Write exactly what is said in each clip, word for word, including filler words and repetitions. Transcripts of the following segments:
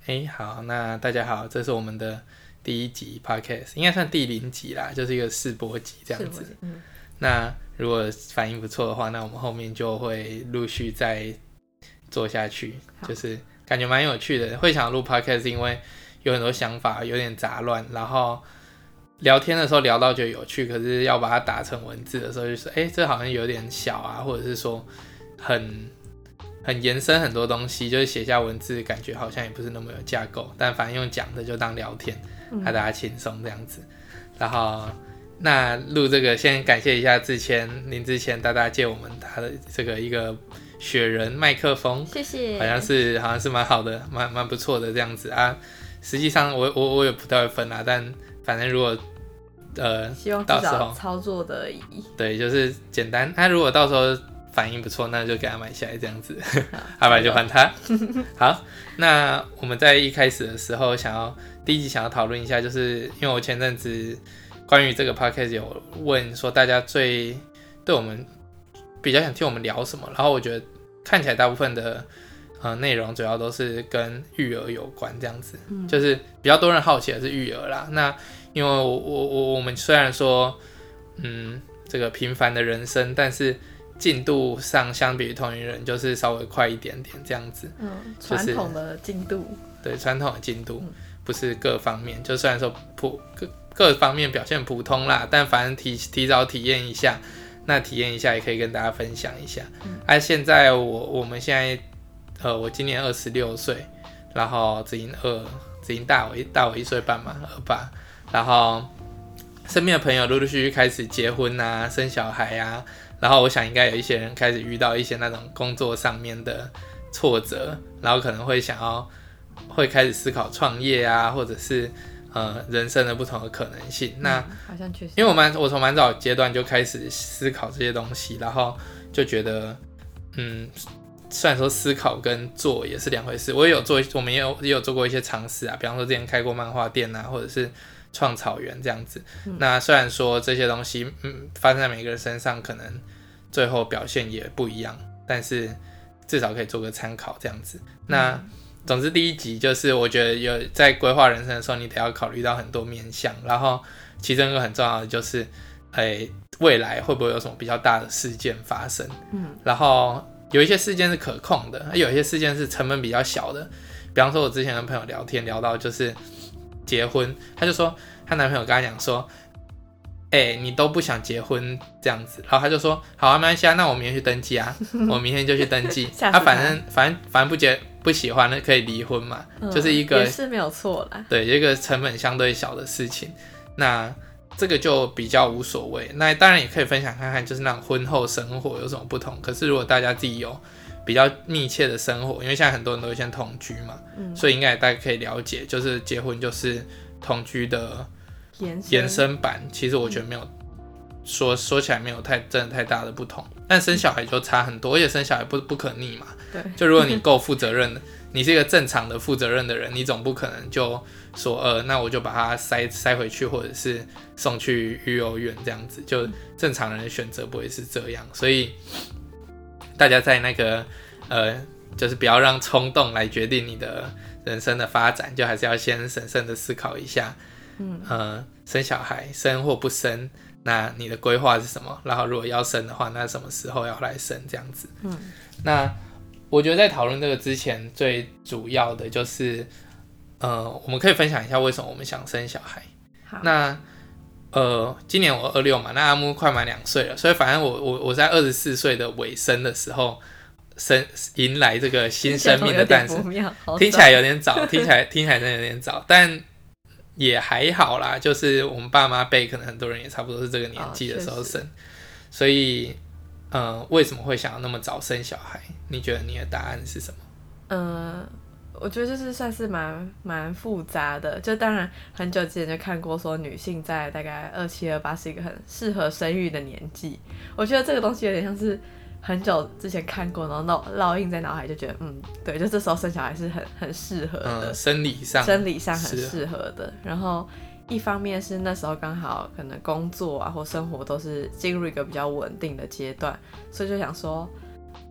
哎，好，那大家好，这是我们的第一集 podcast， 应该算第零集啦，就是一个试播集这样子。嗯、那如果反应不错的话，那我们后面就会陆续再做下去，就是感觉蛮有趣的。会想录 podcast， 因为有很多想法，有点杂乱，然后聊天的时候聊到觉得有趣，可是要把它打成文字的时候，就说，哎，这好像有点小啊，或者是说很。很延伸很多东西，就是写下文字，感觉好像也不是那么有架构，但反正用讲的就当聊天，让大家轻松这样子。然后那录这个，先感谢一下之前林之前大大借我们他的这个一个雪人麦克风， 谢谢， 好像是好像是蛮好的，蛮蛮不错的这样子啊。实际上我我我也不太会分啦，但反正如果呃希望至少操作的而已， 对，就是简单。他、啊、如果到时候反应不错，那就给他买下来这样子，要不然就还他。好，那我们在一开始的时候，想要第一集想要讨论一下，就是因为我前阵子关于这个 podcast 有问说大家最对我们比较想听我们聊什么，然后我觉得看起来大部分的呃内容主要都是跟育儿有关这样子，嗯、就是比较多人好奇的是育儿啦。那因为我我我我们虽然说嗯这个平凡的人生，但是进度上相比于同龄人就是稍微快一点点这样子， 嗯，传统的进度， 对，传统的进度，不是各方面，就虽然说普各各方面表现普通啦，但反正提提早体验一下，那体验一下也可以跟大家分享一下。嗯，啊，现在我我们现在，呃，我今年二十六岁，然后子莹二，子莹大我一大我一岁半嘛，二八，然后身边的朋友陆陆续续开始结婚啊，生小孩啊。然后我想应该有一些人开始遇到一些那种工作上面的挫折，然后可能会想要会开始思考创业啊，或者是呃人生的不同的可能性。嗯、那好像确实， 因为我蛮我从蛮早阶段就开始思考这些东西，然后就觉得嗯，虽然说思考跟做也是两回事，我也有做，我们也有也有做过一些尝试啊，比方说之前开过漫画店啊，或者是创草原这样子。嗯、那虽然说这些东西嗯发生在每个人身上，可能最后表现也不一样，但是至少可以做个参考这样子。那总之第一集就是我觉得有在规划人生的时候，你得要考虑到很多面向，然后其中一个很重要的就是，欸、未来会不会有什么比较大的事件发生？嗯，然后有一些事件是可控的，有一些事件是成本比较小的。比方说，我之前跟朋友聊天聊到就是结婚，他就说她男朋友跟她讲说。哎、欸，你都不想结婚这样子，然后他就说好啊，没关系啊，那我明天去登记啊，我明天就去登记。他、啊、反正反正反正不结不喜欢那可以离婚嘛，嗯、就是一个也是没有错啦。 对，一个成本相对小的事情，那这个就比较无所谓。那当然也可以分享看看，就是那种婚后生活有什么不同。可是如果大家自己有比较密切的生活，因为现在很多人都会先同居嘛，嗯、所以应该大家可以了解，就是结婚就是同居的。 延伸, 延伸版其实我觉得没有、嗯、说说起来没有太真的太大的不同，但生小孩就差很多，而且生小孩不不可逆嘛。 对， 就如果你够负责任的，你是一个正常的负责任的人，你总不可能就说呃，那我就把它塞塞回去，或者是送去育幼院这样子。就正常人的选择不会是这样，所以大家在那个呃，就是不要让冲动来决定你的人生的发展，就还是要先审慎的思考一下。嗯呃，生小孩生或不生，那你的规划是什么？然后如果要生的话，那什么时候要来生这样子？嗯，那我觉得在讨论这个之前，最主要的就是，呃，我们可以分享一下为什么我们想生小孩。 好， 那呃，今年我二六嘛，那阿木快满两岁了，所以反正我我我在二十四岁的尾声的时候，生迎来这个新生命的诞生，听起来有点早，听起来听起来真的有点早，但也还好啦，就是我们爸妈辈可能很多人也差不多是这个年纪的时候生，哦、所以，呃，为什么会想要那么早生小孩？你觉得你的答案是什么？ 嗯，我觉得就是算是蛮蛮复杂的。就当然很久之前就看过说女性在大概二七二八是一个很适合生育的年纪。我觉得这个东西有点像是很久之前看过，然后烙印在脑海，就觉得嗯，对，就这时候生小孩是很很适合的、 嗯，生理上生理上很适合的。然后一方面是那时候刚好可能工作啊或生活都是进入一个比较稳定的阶段，所以就想说，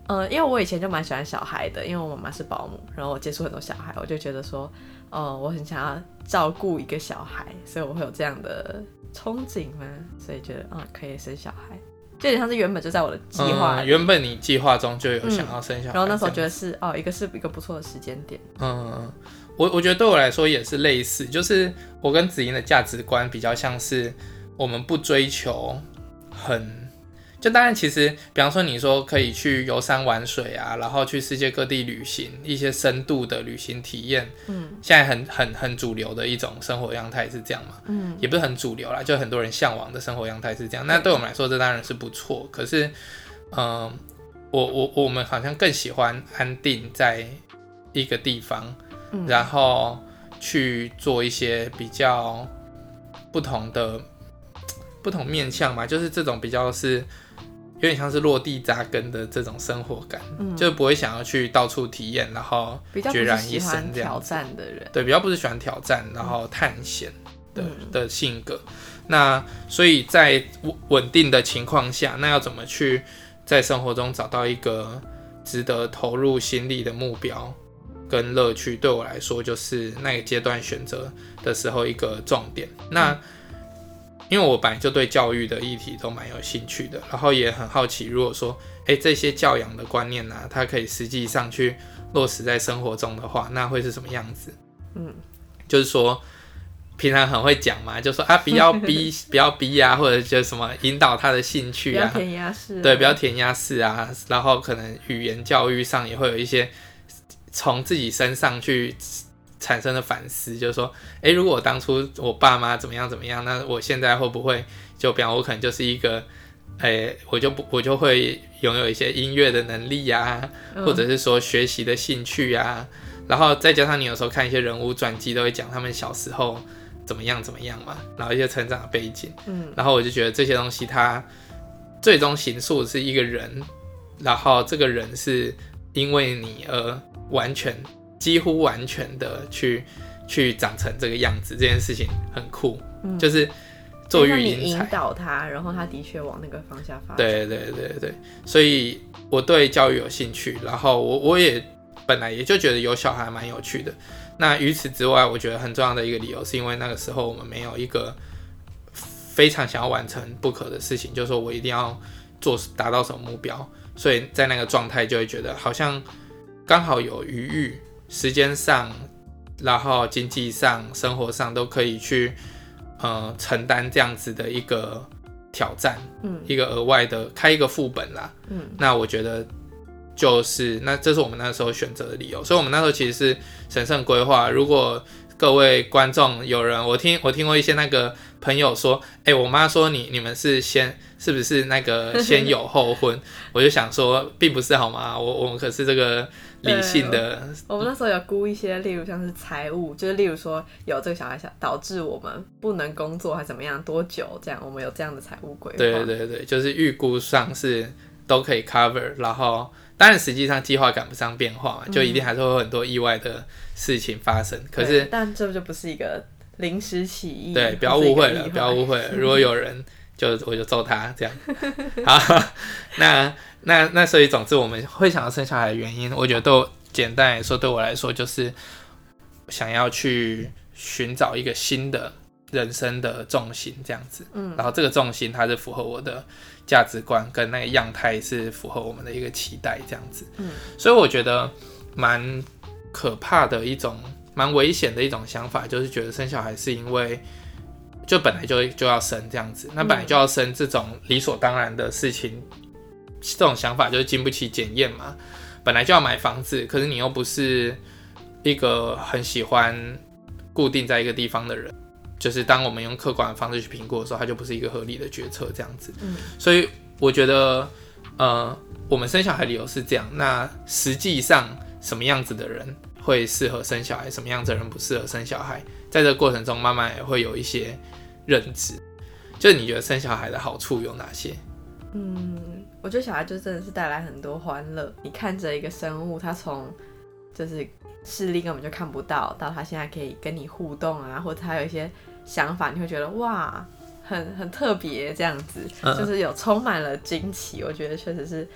呃，因为我以前就蛮喜欢小孩的，因为我妈妈是保姆，然后我接触很多小孩，我就觉得说，呃，我很想要照顾一个小孩，所以我会有这样的憧憬嘛，所以觉得啊、嗯，可以生小孩，就有点像是原本就在我的计划、 嗯，原本你计划中就有想要生小孩、 嗯，然后那时候觉得是哦，一个是一个不错的时间点。 嗯，我我觉得对我来说也是类似，就是我跟子英的价值观比较像是，我们不追求很。就当然，其实比方说你说可以去游山玩水啊，然后去世界各地旅行，一些深度的旅行体验，嗯，现在很很很主流的一种生活样态是这样嘛，嗯，也不是很主流啦，就很多人向往的生活样态是这样。那对我们来说，这当然是不错。可是，嗯、呃，我我我们好像更喜欢安定在一个地方，嗯、然后去做一些比较不同的不同面向嘛，就是这种比较是。有点像是落地扎根的这种生活感，嗯、就不会想要去到处体验，然后孑然一身这样子。 比较不是喜欢挑战的人， 对，比较不是喜欢挑战，然后探险的、 嗯、 的性格。那所以在稳定的情况下，那要怎么去在生活中找到一个值得投入心力的目标跟乐趣？对我来说，就是那个阶段选择的时候一个重点。那、嗯因为我本来就对教育的议题都蛮有兴趣的，然后也很好奇，如果说，哎，这些教养的观念啊，它可以实际上去落实在生活中的话，那会是什么样子？嗯，就是说，平常很会讲嘛，就说啊，不要逼，不要逼啊，或者就什么引导他的兴趣啊， 不要填鸭式、啊， 对，不要填鸭式啊，然后可能语言教育上也会有一些从自己身上去。产生的反思，就是说，哎，如果我当初我爸妈怎么样怎么样，那我现在会不会就比方我可能就是一个，哎，我就不我就会拥有一些音乐的能力啊，嗯、或者是说学习的兴趣啊，然后再加上你有时候看一些人物传记，都会讲他们小时候怎么样怎么样嘛，然后一些成长的背景，嗯，然后我就觉得这些东西它最终形塑是一个人，然后这个人是因为你而完全。几乎完全的去去长成这个样子，这件事情很酷，嗯、就是做育婴才， 你引导他，然后他的确往那个方向发展。 对对对对，所以我对教育有兴趣，然后我我也本来也就觉得有小孩蛮有趣的。那于此之外，我觉得很重要的一个理由，是因为那个时候我们没有一个非常想要完成不可的事情，就是说我一定要做达到什么目标，所以在那个状态就会觉得好像刚好有余裕。时间上，然后经济上、生活上都可以去呃承担这样子的一个挑战，嗯，一个额外的开一个副本啦，嗯，那我觉得就是那这是我们那时候选择的理由，所以我们那时候其实是审慎规划。如果各位观众有人，我听我听过一些那个朋友说，哎、欸，我妈说你你们是先是不是那个先有后婚？我就想说，并不是好吗？我我们可是这个。理性的， 我们那时候有估一些，例如像是财务，就是例如说有这个小孩导致我们不能工作还怎么样多久，这样我们有这样的财务规划。 对对对，就是预估上是都可以 cover， 然后当然实际上计划赶不上变化嘛，就一定还是会有很多意外的事情发生。嗯、可是， 但这就不是一个临时起意， 对，不要误会了，不要误会了。如果有人就我就揍他这样。好，那。那那所以总之我们会想要生小孩的原因，我觉得都简单来说，对我来说就是想要去寻找一个新的人生的重心这样子，嗯，然后这个重心它是符合我的价值观跟那个样态是符合我们的一个期待这样子，嗯，所以我觉得蛮可怕的一种蛮危险的一种想法，就是觉得生小孩是因为就本来就就要生这样子，那本来就要生这种理所当然的事情。这种想法就是经不起检验嘛，本来就要买房子，可是你又不是一个很喜欢固定在一个地方的人，就是当我们用客观的方式去评估的时候，它就不是一个合理的决策这样子。嗯，所以我觉得，呃，我们生小孩理由是这样，那实际上什么样子的人会适合生小孩，什么样子的人不适合生小孩，在这个过程中慢慢也会有一些认知。就是你觉得生小孩的好处有哪些？ 嗯，我觉得小孩就真的是带来很多欢乐。你看着一个生物，他从就是视力根本就看不到，到他现在可以跟你互动啊，或者他有一些想法，你会觉得哇，很很特别这样子，嗯、就是有充满了惊奇。我觉得确实是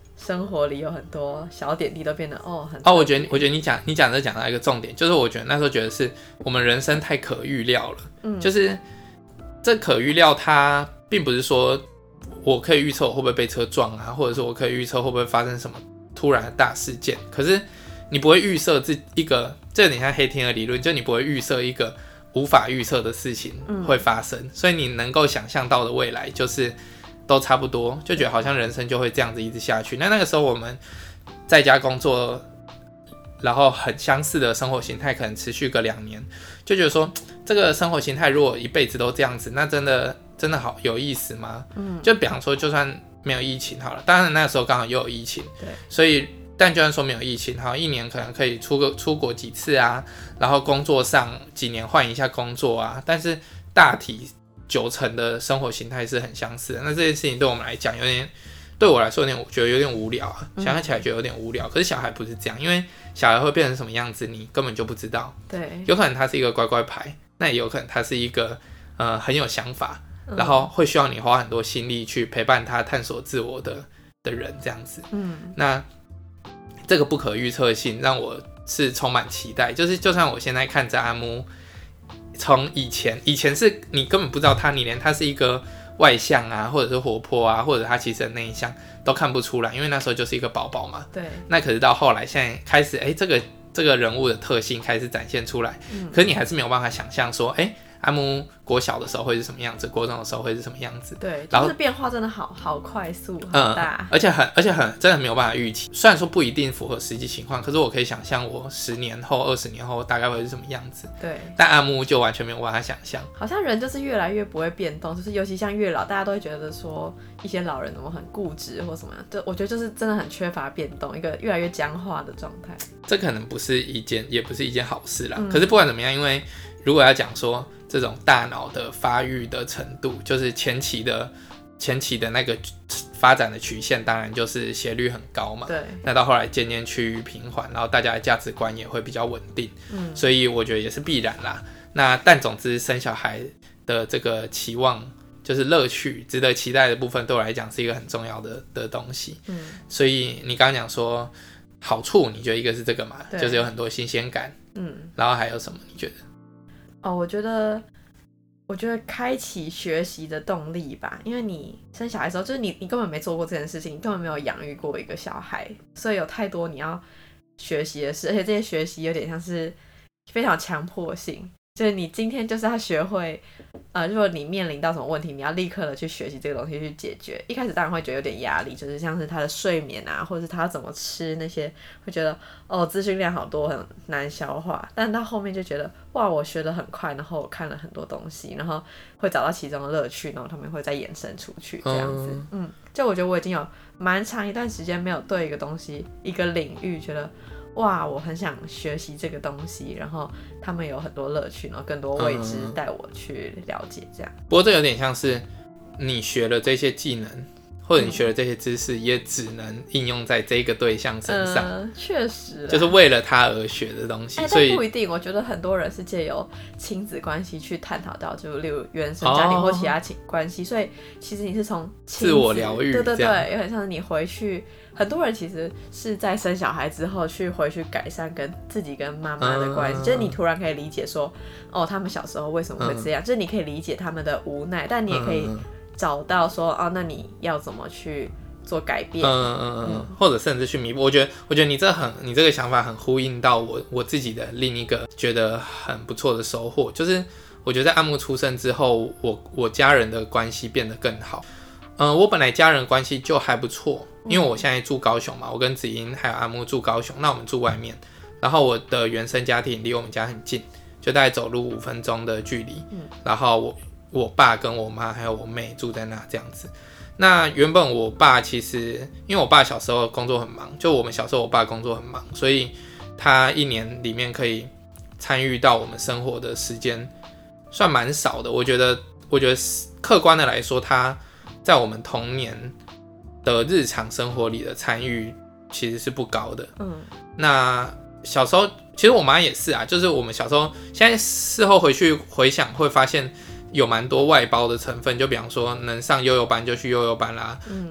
生活里有很多小点滴都变得哦很哦，我觉得我觉得你讲你讲这讲到一个重点，就是我觉得那时候觉得是我们人生太可预料了，嗯，就是这可预料它并不是说我可以预测我会不会被车撞啊，或者是我可以预测会不会发生什么突然的大事件，可是你不会预设这一个，这有点像黑天鹅理论，就你不会预设一个无法预测的事情会发生，嗯，所以你能够想象到的未来就是都差不多，就觉得好像人生就会这样子一直下去。那那个时候我们在家工作，然后很相似的生活形态可能持续个两年，就觉得说这个生活形态如果一辈子都这样子，那真的真的好有意思吗？嗯，就比方说就算没有疫情好了，当然那时候刚好又有疫情，对，所以但就算说没有疫情，好，一年可能可以出个出国几次啊，然后工作上几年换一下工作啊，但是大体九成的生活形态是很相似的。那这件事情对我们来讲有点，对我来说有点觉得有点无聊啊，想象起来觉得有点无聊。可是小孩不是这样，因为小孩会变成什么样子，你根本就不知道。对，有可能他是一个乖乖牌，那也有可能他是一个呃很有想法，然后会需要你花很多心力去陪伴他探索自我的的人这样子。嗯，那这个不可预测性让我是充满期待，就是就算我现在看着阿木，从以前以前是你根本不知道他，你连他是一个外向啊，或者是活泼啊，或者他其实很内向都看不出来，因为那时候就是一个宝宝嘛。对。那可是到后来，现在开始，哎，这个这个人物的特性开始展现出来，嗯，可是你还是没有办法想象说，哎，阿木国小的时候会是什么样子，国中的时候会是什么样子。 对，就是变化真的好好快速，好大， 嗯，而且很而且很真的没有办法预期。虽然说不一定符合实际情况，可是我可以想象我十年后、二十年后大概会是什么样子。对，但阿木就完全没有办法想象。 好像人就是越来越不会变动，就是尤其像越老，大家都会觉得说一些老人怎么很固执或什么，就我觉得就是真的很缺乏变动，一个越来越僵化的状态。 这可能不是一件，也不是一件好事啦。嗯，可是不管怎么样，因为如果要讲说这种大脑的发育的程度，就是前期的前期的那个发展的曲线，当然就是斜率很高嘛。对。那到后来渐渐趋于平缓，然后大家的价值观也会比较稳定。嗯。所以我觉得也是必然啦。那但总之生小孩的这个期望，就是乐趣、值得期待的部分，对我来讲是一个很重要的的东西。嗯。所以你刚刚讲说好处，你觉得一个是这个嘛？就是有很多新鲜感。嗯。然后还有什么？你觉得？ 哦，我觉得，我觉得开启学习的动力吧，因为你生小孩的时候，就是你你根本没做过这件事情，你根本没有养育过一个小孩，所以有太多你要学习的事，而且这些学习有点像是非常强迫性，就是你今天就是要学会，呃，如果你面临到什么问题，你要立刻的去学习这个东西去解决。一开始当然会觉得有点压力，就是像是他的睡眠啊，或者是他要怎么吃那些，会觉得哦资讯量好多，很难消化。但到后面就觉得哇，我学得很快，然后我看了很多东西，然后会找到其中的乐趣，然后他们会再延伸出去这样子。嗯，嗯就我觉得我已经有蛮长一段时间没有对一个东西、一个领域觉得。哇，我很想学习这个东西，然后他们有很多乐趣，然后更多未知带我去了解这样。 不过这有点像是你学了这些技能，或者你学了这些知识，嗯，也只能应用在这个对象身上。 确，呃、实， 就是为了他而学的东西。 欸， 所以但不一定，我觉得很多人是借由亲子关系去探讨到，就例如原生家庭或其他关系，哦，所以其实你是从自我疗愈， 对对对，有点像是你回去。很多人其实是在生小孩之后去回去改善跟自己跟妈妈的关系，嗯，就是你突然可以理解说，哦，他们小时候为什么会这样，嗯，就是你可以理解他们的无奈，但你也可以找到说，哦，那你要怎么去做改变，嗯嗯嗯，或者甚至去弥补。我觉得，我觉得你这很，你这个想法很呼应到我我自己的另一个觉得很不错的收获，就是我觉得在阿木出生之后，我我家人的关系变得更好。嗯，我本来家人关系就还不错，因为我现在住高雄嘛，我跟子英还有阿木住高雄，那我们住外面，然后我的原生家庭离我们家很近，就大概走路五分钟的距离，嗯，然后我我爸跟我妈还有我妹住在那这样子。那原本我爸其实，因为我爸小时候工作很忙，就我们小时候我爸工作很忙，所以他一年里面可以参与到我们生活的时间算蛮少的。我觉得，我觉得客观的来说，他在我们童年的日常生活里的参与其实是不高的。嗯，那小时候其实我妈也是啊，就是我们小时候，现在事后回去回想会发现有蛮多外包的成分，就比方说能上幼幼班就去幼幼班啦，嗯，能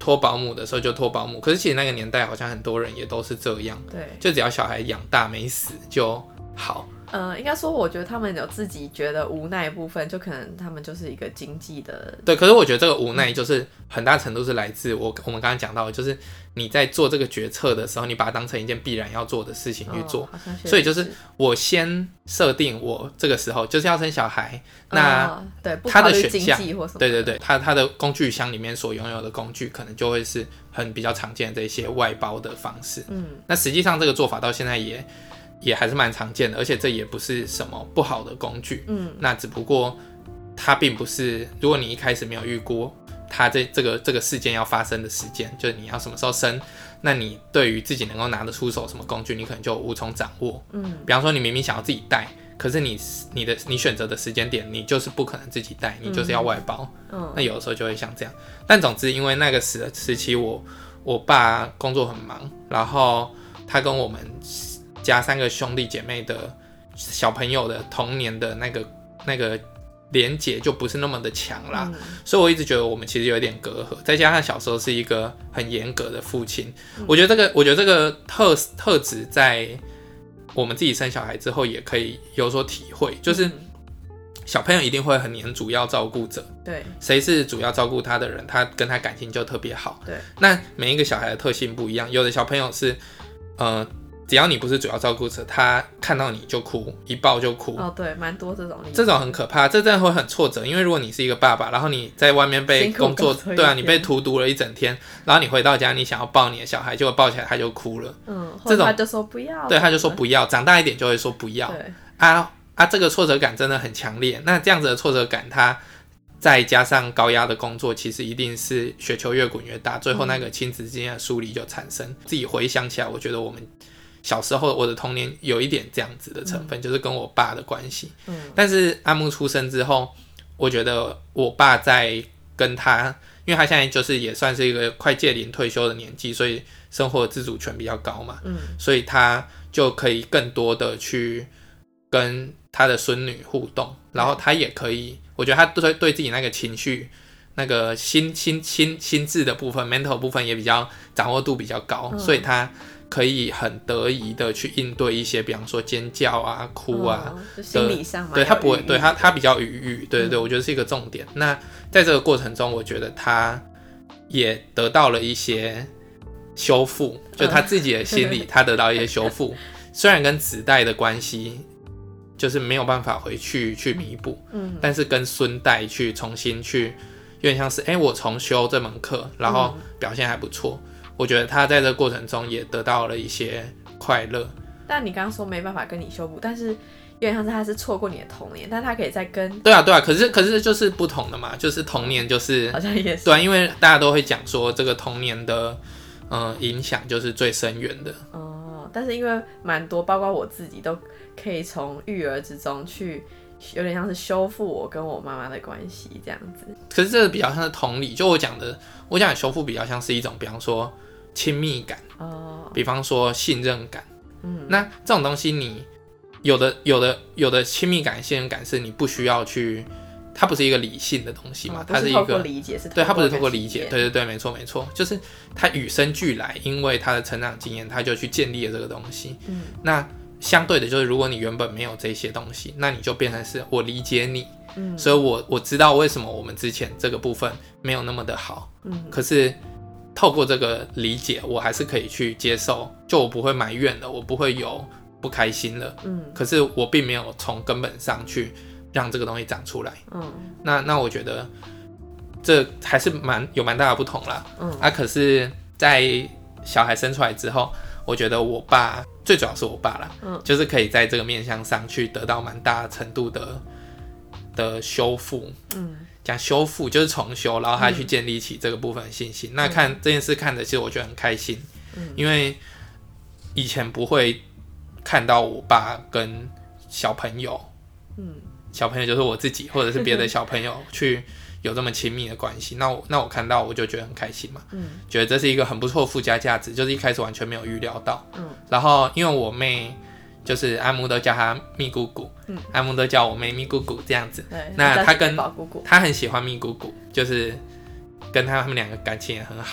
托保姆的时候就托保姆，可是其实那个年代好像很多人也都是这样， 对， 就只要小孩养大没死就好。 呃，应该说，我觉得他们有自己觉得无奈的部分，就可能他们就是一个经济的。 对，可是我觉得这个无奈就是很大程度是来自我我们刚刚讲到的，就是你在做这个决策的时候，你把它当成一件必然要做的事情去做。 哦、 所以就是我先设定我这个时候就是要生小孩，那、 哦、对， 他的选项，对对对，他他的工具箱里面所拥有的工具，可能就会是很比较常见的这些外包的方式。嗯，那实际上这个做法到现在也。也还是蛮常见的，而且这也不是什么不好的工具。嗯，那只不过它并不是，如果你一开始没有预估它这这个这个事件要发生的时间，就是你要什么时候生，那你对于自己能够拿得出手什么工具，你可能就无从掌握。嗯，比方说你明明想要自己带，可是你你的你选择的时间点，你就是不可能自己带，你就是要外包。嗯，那有的时候就会像这样。但总之，因为那个时时期我我爸工作很忙，然后他跟我们。加三个兄弟姐妹的小朋友的童年的那个那个连结就不是那么的强啦、嗯，所以我一直觉得我们其实有一点隔阂。再加上小时候是一个很严格的父亲、嗯，我觉得这个我觉得这个特特质在我们自己生小孩之后也可以有所体会，就是小朋友一定会很黏主要照顾者，对，谁是主要照顾他的人，他跟他感情就特别好。对，那每一个小孩的特性不一样，有的小朋友是呃。只要你不是主要照顾者，他看到你就哭，一抱就哭。 哦，对，蛮多这种例子。 这种很可怕，这真的会很挫折。因为如果你是一个爸爸，然后你在外面被工作，对啊，你被荼毒了一整天，然后你回到家，你想要抱你的小孩，结果抱起来他就哭了。嗯， 这种他就说不要。 对，他就说不要。长大一点就会说不要。对啊啊，这个挫折感真的很强烈。那这样子的挫折感，它再加上高压的工作，其实一定是雪球越滚越大，最后那个亲子之间的疏离就产生。嗯、自己回想起来，我觉得我们。小时候我的童年有一点这样子的成分、嗯、就是跟我爸的关系、嗯、但是阿木出生之后，我觉得我爸在跟他，因为他现在就是也算是一个快届龄退休的年纪，所以生活的自主权比较高嘛、嗯、所以他就可以更多的去跟他的孙女互动，然后他也可以，我觉得他对对自己那个情绪那个心心心心智的部分 mental 部分也比较掌握度比较高、嗯、所以他可以很得宜的去应对一些，比方说尖叫啊、哭啊， 哦、就心理上嘛， 对他不会，对他他比较愉悦，对对对、嗯，我觉得是一个重点。那在这个过程中，我觉得他也得到了一些修复，就他自己的心理，他得到一些修复。虽然跟子代的关系就是没有办法回去去弥补，嗯，但是跟孙代去重新去，有点像是，哎、欸，我重修这门课，然后表现还不错。嗯，我觉得他在这个过程中也得到了一些快乐。 但你刚刚说没办法跟你修补，但是有点像是他是错过你的童年，但他可以再跟。 对啊，对啊，可是可是就是不同的嘛，就是童年就是好像也是对、 啊，因为大家都会讲说这个童年的呃影响就是最深远的。 哦，但是因为蛮多，包括我自己都可以从育儿之中去。有点像是修复我跟我妈妈的关系这样子， 可是这个比较像是同理，就我讲的，我讲的修复比较像是一种，比方说亲密感，哦，比方说信任感，嗯，那这种东西你有的有的有的亲密感、信任感是你不需要去，它不是一个理性的东西嘛， 哦、 它是一个不是透过理解，是对，它不是透过理解，对对对，没错没错，就是它与生俱来，因为他的成长经验，他就去建立了这个东西，嗯，那。相对的就是，如果你原本没有这些东西，那你就变成是我理解你，嗯，所以我我知道为什么我们之前这个部分没有那么的好，嗯，可是透过这个理解，我还是可以去接受，就我不会埋怨了，我不会有不开心了，嗯，可是我并没有从根本上去让这个东西长出来，嗯，那那我觉得这还是蛮有蛮大的不同啦，嗯，啊，可是在小孩生出来之后。我觉得我爸最主要是我爸啦、嗯，就是可以在这个面向上去得到蛮大程度的的修复。嗯，讲修复就是重修，然后他去建立起这个部分的信心。嗯、那看这件事看着，其实我觉得很开心、嗯，因为以前不会看到我爸跟小朋友，嗯，小朋友就是我自己或者是别的小朋友去。有这么亲密的关系，那我那我看到我就觉得很开心嘛，嗯，觉得这是一个很不错的附加价值，就是一开始完全没有预料到，嗯，然后因为我妹就是阿木都叫她蜜姑姑，嗯，阿木都叫我妹蜜姑姑这样子，对，那她跟她很喜欢蜜姑姑，就是跟她他们两个感情也很好，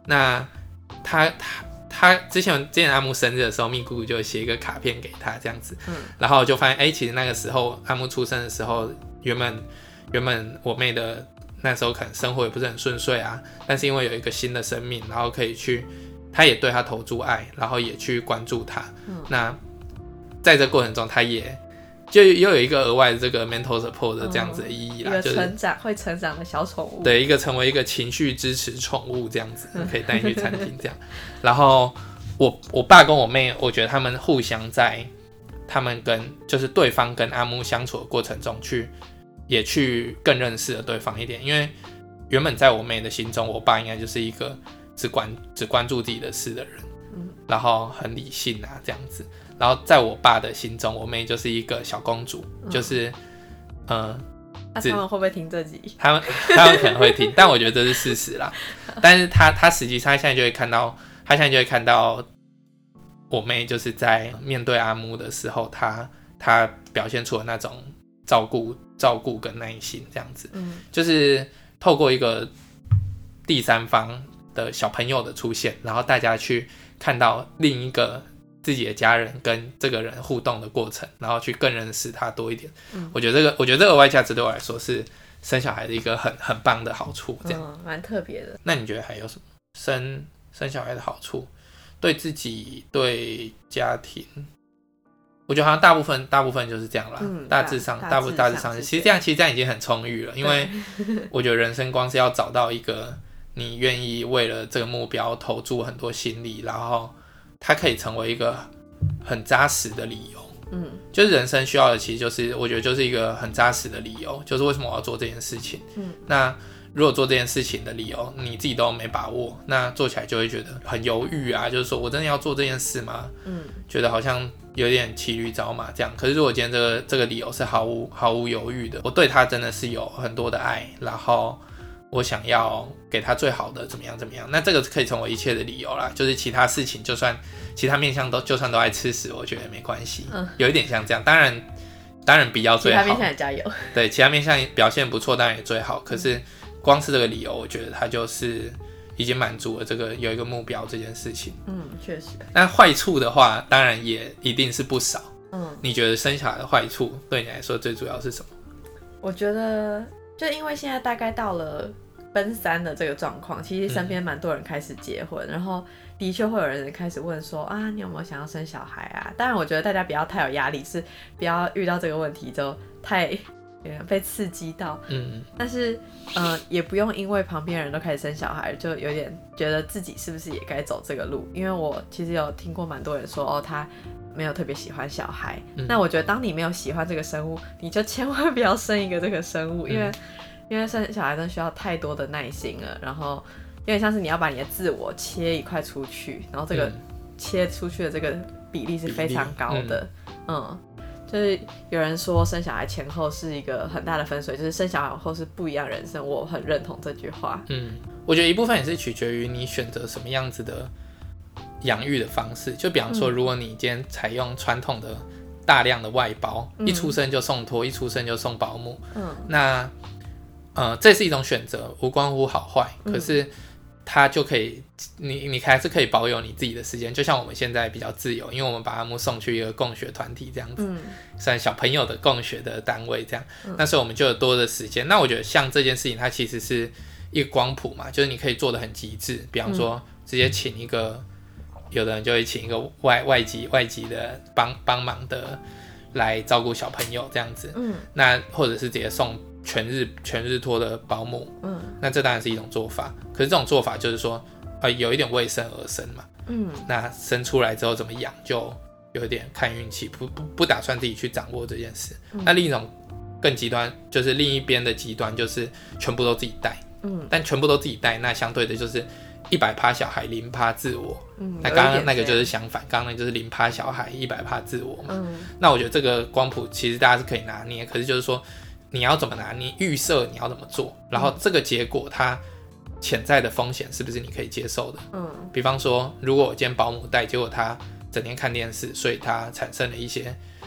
那他他他之前之前阿木生日的时候，咪姑姑就写一个卡片给他这样子，嗯、然后就发现哎、欸，其实那个时候阿木出生的时候，原本原本我妹的那时候可能生活也不是很顺遂啊，但是因为有一个新的生命，然后可以去，他也对他投注爱，然后也去关注他，嗯、那在这过程中，他也。就又有一个额外的这个 mental support 的这样子的意义啦， 嗯、一个成长、就是、会成长的小宠物， 对，一个成为一个情绪支持宠物这样子，可以带你去餐厅这样。然后我我爸跟我妹，我觉得他们互相在他们跟就是对方跟阿木相处的过程中去，也去更认识了对方一点。因为原本在我妹的心中，我爸应该就是一个只关只关注自己的事的人，嗯、然后很理性啊这样子。然后在我爸的心中，我妹就是一个小公主，嗯、就是，呃， 那、啊、他们会不会听这集？ 他们他们可能会听，但我觉得这是事实啦。但是他他实际上他现在就会看到，他现在就会看到我妹就是在面对阿木的时候，他他表现出的那种照顾照顾跟耐心这样子，嗯、就是透过一个第三方的小朋友的出现，然后大家去看到另一个。自己的家人跟这个人互动的过程，然后去更认识他多一点。嗯、我觉得这个，我觉得这个额外价值对我来说是生小孩的一个很很棒的好处，这样蛮、嗯、特别的。 那你觉得还有什么生生小孩的好处？对自己、对家庭，我觉得好像大部分大部分就是这样啦。嗯、大致上，大部大致上，其实这样其实这样已经很充裕了，因为我觉得人生光是要找到一个你愿意为了这个目标投注很多心力，然后。它可以成为一个很扎实的理由，嗯，就是人生需要的，其实就是我觉得就是一个很扎实的理由，就是为什么我要做这件事情，嗯，那如果做这件事情的理由你自己都没把握，那做起来就会觉得很犹豫啊，就是说我真的要做这件事吗？嗯，觉得好像有点骑驴找马这样。可是如果今天这个这个理由是毫无毫无犹豫的，我对他真的是有很多的爱，然后。我想要给他最好的，怎么样怎么样？那这个可以成为一切的理由啦。就是其他事情，就算其他面向都，就算都爱吃屎，我觉得也没关系。嗯，有一点像这样。当然，当然比较最好。 其他面向也加油。 对，其他面向表现不错，当然也最好。可是光是这个理由，我觉得他就是已经满足了这个有一个目标这件事情。 嗯，确实。 那坏处的话，当然也一定是不少。嗯，你觉得生小孩的坏处对你来说最主要是什么？ 我觉得。就因为现在大概到了奔三的这个状况，其实身边蛮多人开始结婚，嗯、然后的确会有人开始问说啊，你有没有想要生小孩啊？当然，我觉得大家不要太有压力，是不要遇到这个问题就太被刺激到。嗯，但是呃，也不用因为旁边人都开始生小孩，就有点觉得自己是不是也该走这个路？因为我其实有听过蛮多人说哦，他。没有特别喜欢小孩，嗯、那我觉得当你没有喜欢这个生物，你就千万不要生一个这个生物，嗯、因为因为生小孩真的需要太多的耐心了，然后有点像是你要把你的自我切一块出去，然后这个切出去的这个比例是非常高的，嗯, 嗯，就是有人说生小孩前后是一个很大的分水，就是生小孩后是不一样人生，我很认同这句话。嗯， 我觉得一部分也是取决于你选择什么样子的。养育的方式，就比方说，如果你今天采用传统的大量的外包，嗯、一出生就送托，一出生就送保姆，嗯，那呃，这是一种选择，无关乎好坏，嗯、可是它就可以，你你还是可以保有你自己的时间，就像我们现在比较自由，因为我们把他们送去一个共学团体这样子，嗯、算小朋友的共学的单位这样，嗯、那所以我们就有多的时间。那我觉得像这件事情，它其实是一个光谱嘛，就是你可以做得很极致，比方说直接请一个。有的人就会请一个外外籍外籍的帮帮忙的来照顾小朋友这样子，嗯，那或者是直接送全日全日托的保姆，嗯，那这当然是一种做法。可是这种做法就是说，呃，有一点为生而生嘛，嗯，那生出来之后怎么养就有一点看运气，不不不打算自己去掌握这件事。嗯、那另一种更极端就是另一边的极端就是全部都自己带，嗯，但全部都自己带，那相对的就是一百趴小孩零趴自我，嗯，那刚刚那个就是相反，刚刚那个就是零趴小孩一百趴自我嘛，嗯，那我觉得这个光谱其实大家是可以拿捏，可是就是说你要怎么拿捏，预设你要怎么做，然后这个结果它潜在的风险是不是你可以接受的，嗯，比方说如果我今天保姆带，结果他整天看电视，所以他产生了一些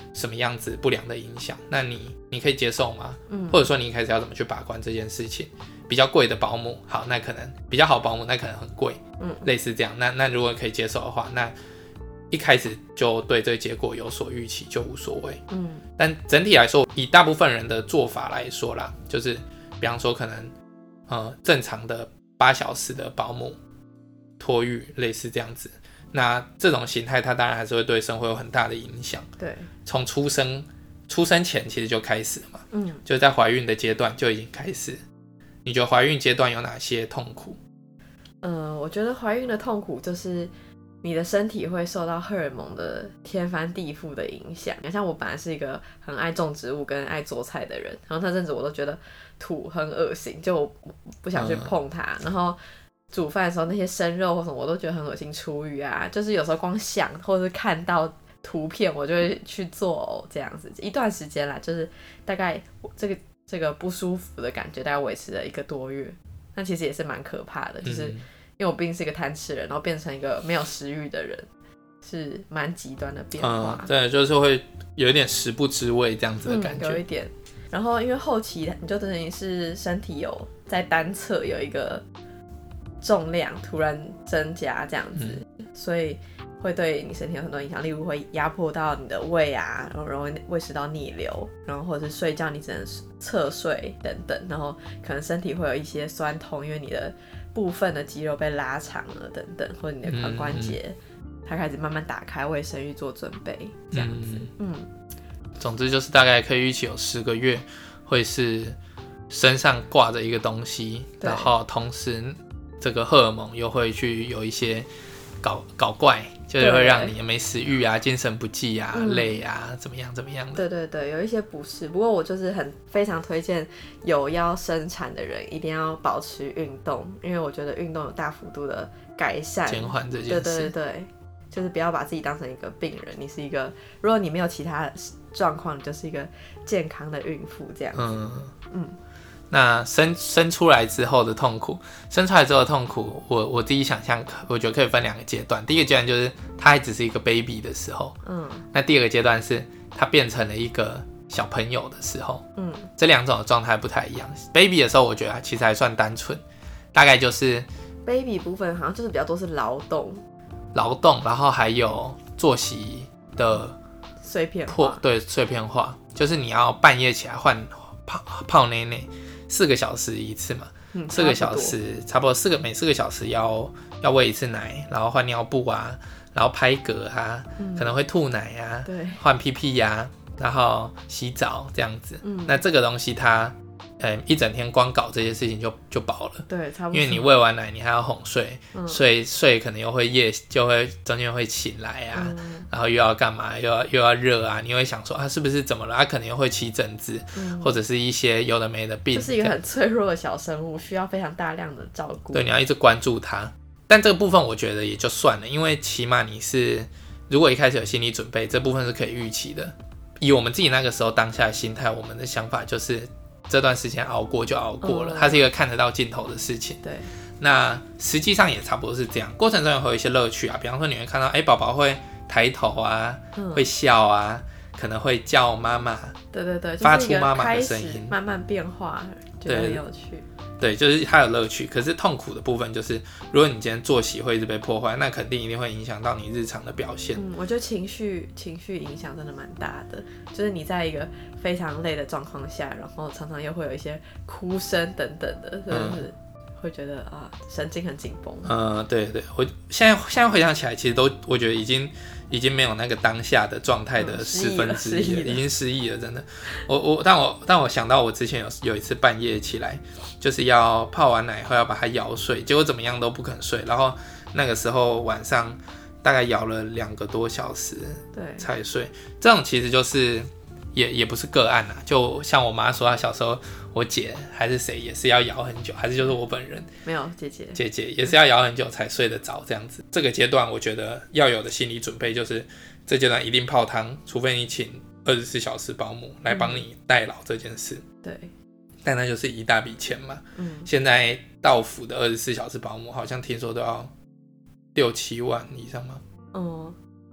什么样子不良的影响，那你你可以接受吗？ 嗯， 或者说你一开始要怎么去把关这件事情？比较贵的保姆，好，那可能比较好保姆，那可能很贵， 嗯， 类似这样。那那如果可以接受的话，那一开始就对这个结果有所预期就无所谓。 嗯， 但整体来说，以大部分人的做法来说啦，就是比方说可能呃正常的八小时的保姆托育，类似这样子。那这种形态，它当然还是会对生活有很大的影响。 对， 从出生出生前其实就开始了嘛， 嗯， 就是在怀孕的阶段就已经开始。你觉得怀孕阶段有哪些痛苦？ 嗯、呃，我觉得怀孕的痛苦就是你的身体会受到荷尔蒙的天翻地覆的影响。像我本来是一个很爱种植物跟爱做菜的人，然后那阵子我都觉得土很恶心，就我不想去碰它。嗯、然后煮饭的时候那些生肉或什么我都觉得很恶心，厨余啊，就是有时候光想或者是看到图片我就会去做这样子。一段时间啦，就是大概这个这个不舒服的感觉大概维持了一个多月。那其实也是蛮可怕的，就是因为我毕竟是一个贪吃人，然后变成一个没有食欲的人，是蛮极端的变化。 嗯，对，就是会有一点食不知味这样子的感觉。 嗯、有一点。然后因为后期你就等于是身体有在单侧有一个重量突然增加这样子，嗯、所以会对你身体有很多影响，例如会压迫到你的胃啊，然后容易胃食道逆流，然后或者是睡觉你只能侧睡等等，然后可能身体会有一些酸痛，因为你的部分的肌肉被拉长了等等，或者你的髋关节、嗯、它开始慢慢打开，为生育做准备这样子。嗯，嗯总之就是大概可以预期有十个月会是身上挂着一个东西，然后同时这个荷尔蒙又会去有一些搞搞怪，就是会让你没食欲啊、精神不济啊、嗯、累啊，怎么样怎么样的。 对对对，有一些不适。不过我就是很非常推荐有要生产的人一定要保持运动，因为我觉得运动有大幅度的改善、 减缓这件事。 对对对，就是不要把自己当成一个病人，你是一个，如果你没有其他状况，你就是一个健康的孕妇这样子。嗯嗯。 那 生, 生出来之后的痛苦，生出来之后的痛苦，我我第一想象，我觉得可以分两个阶段。第一个阶段就是他还只是一个 baby 的时候，嗯，那第二个阶段是他变成了一个小朋友的时候，嗯，这两种的状态不太一样。baby 的时候，我觉得其实还算单纯，大概就是 baby 部分好像就是比较多是劳动， 劳动，然后还有作息的碎片化， 对，碎片化，就是你要半夜起来换泡泡奶奶。四个小时一次嘛，嗯、四个小时差不多四个每四个小时要要喂一次奶，然后换尿布啊，然后拍嗝啊，嗯、可能会吐奶啊， 对， 换屁屁呀、啊，然后洗澡这样子。嗯、那这个东西它，嗯，一整天光搞这些事情就就饱了， 对，差不多。 因为你喂完奶，你还要哄睡，嗯、睡睡可能又会夜就会中间会醒来啊，嗯、然后又要干嘛，又要又要热啊，你会想说啊是不是怎么了？他、啊、可能又会起疹子，嗯、或者是一些有的没的病， 就是一个很脆弱的小生物，需要非常大量的照顾。 对，你要一直关注它。但这个部分我觉得也就算了，因为起码你是如果一开始有心理准备，这部分是可以预期的。以我们自己那个时候当下的心态，我们的想法就是这段时间熬过就熬过了，嗯、它是一个看得到尽头的事情。 对， 那实际上也差不多是这样，过程中也会有一些乐趣啊，比方说你会看到，哎，宝宝会抬头啊，嗯、会笑啊，可能会叫妈妈， 对对对， 发出妈妈的声音， 慢慢变化，觉得很有趣。 对，就是它有乐趣，可是痛苦的部分就是，如果你今天作息会一直被破坏，那肯定一定会影响到你日常的表现。 嗯，我觉得情绪情绪影响真的蛮大的，就是你在一个非常累的状况下，然后常常又会有一些哭声等等的，真的是会觉得啊神经很紧绷。 嗯，对对，我现在现在回想起来，其实都我觉得已经已经没有那个当下的状态的十分之一了，嗯、已经失忆了，真的。我我但我但我想到我之前有有一次半夜起来。就是要泡完奶后要把它摇睡，结果怎么样都不肯睡，然后那个时候晚上大概摇了两个多小时才睡。这种其实就是也也不是个案啦，就像我妈说她小时候我姐还是谁也是要摇很久，还是就是我本人没有姐姐姐姐也是要摇很久才睡得着这样子。这个阶段我觉得要有的心理准备就是这阶段一定泡汤，除非你请二十四小时保姆来帮你代劳这件事。 嗯、对。 但那就是一大笔钱嘛， 嗯、 现在到府的二十四小时保姆好像听说都要六七万以上吗？ 嗯，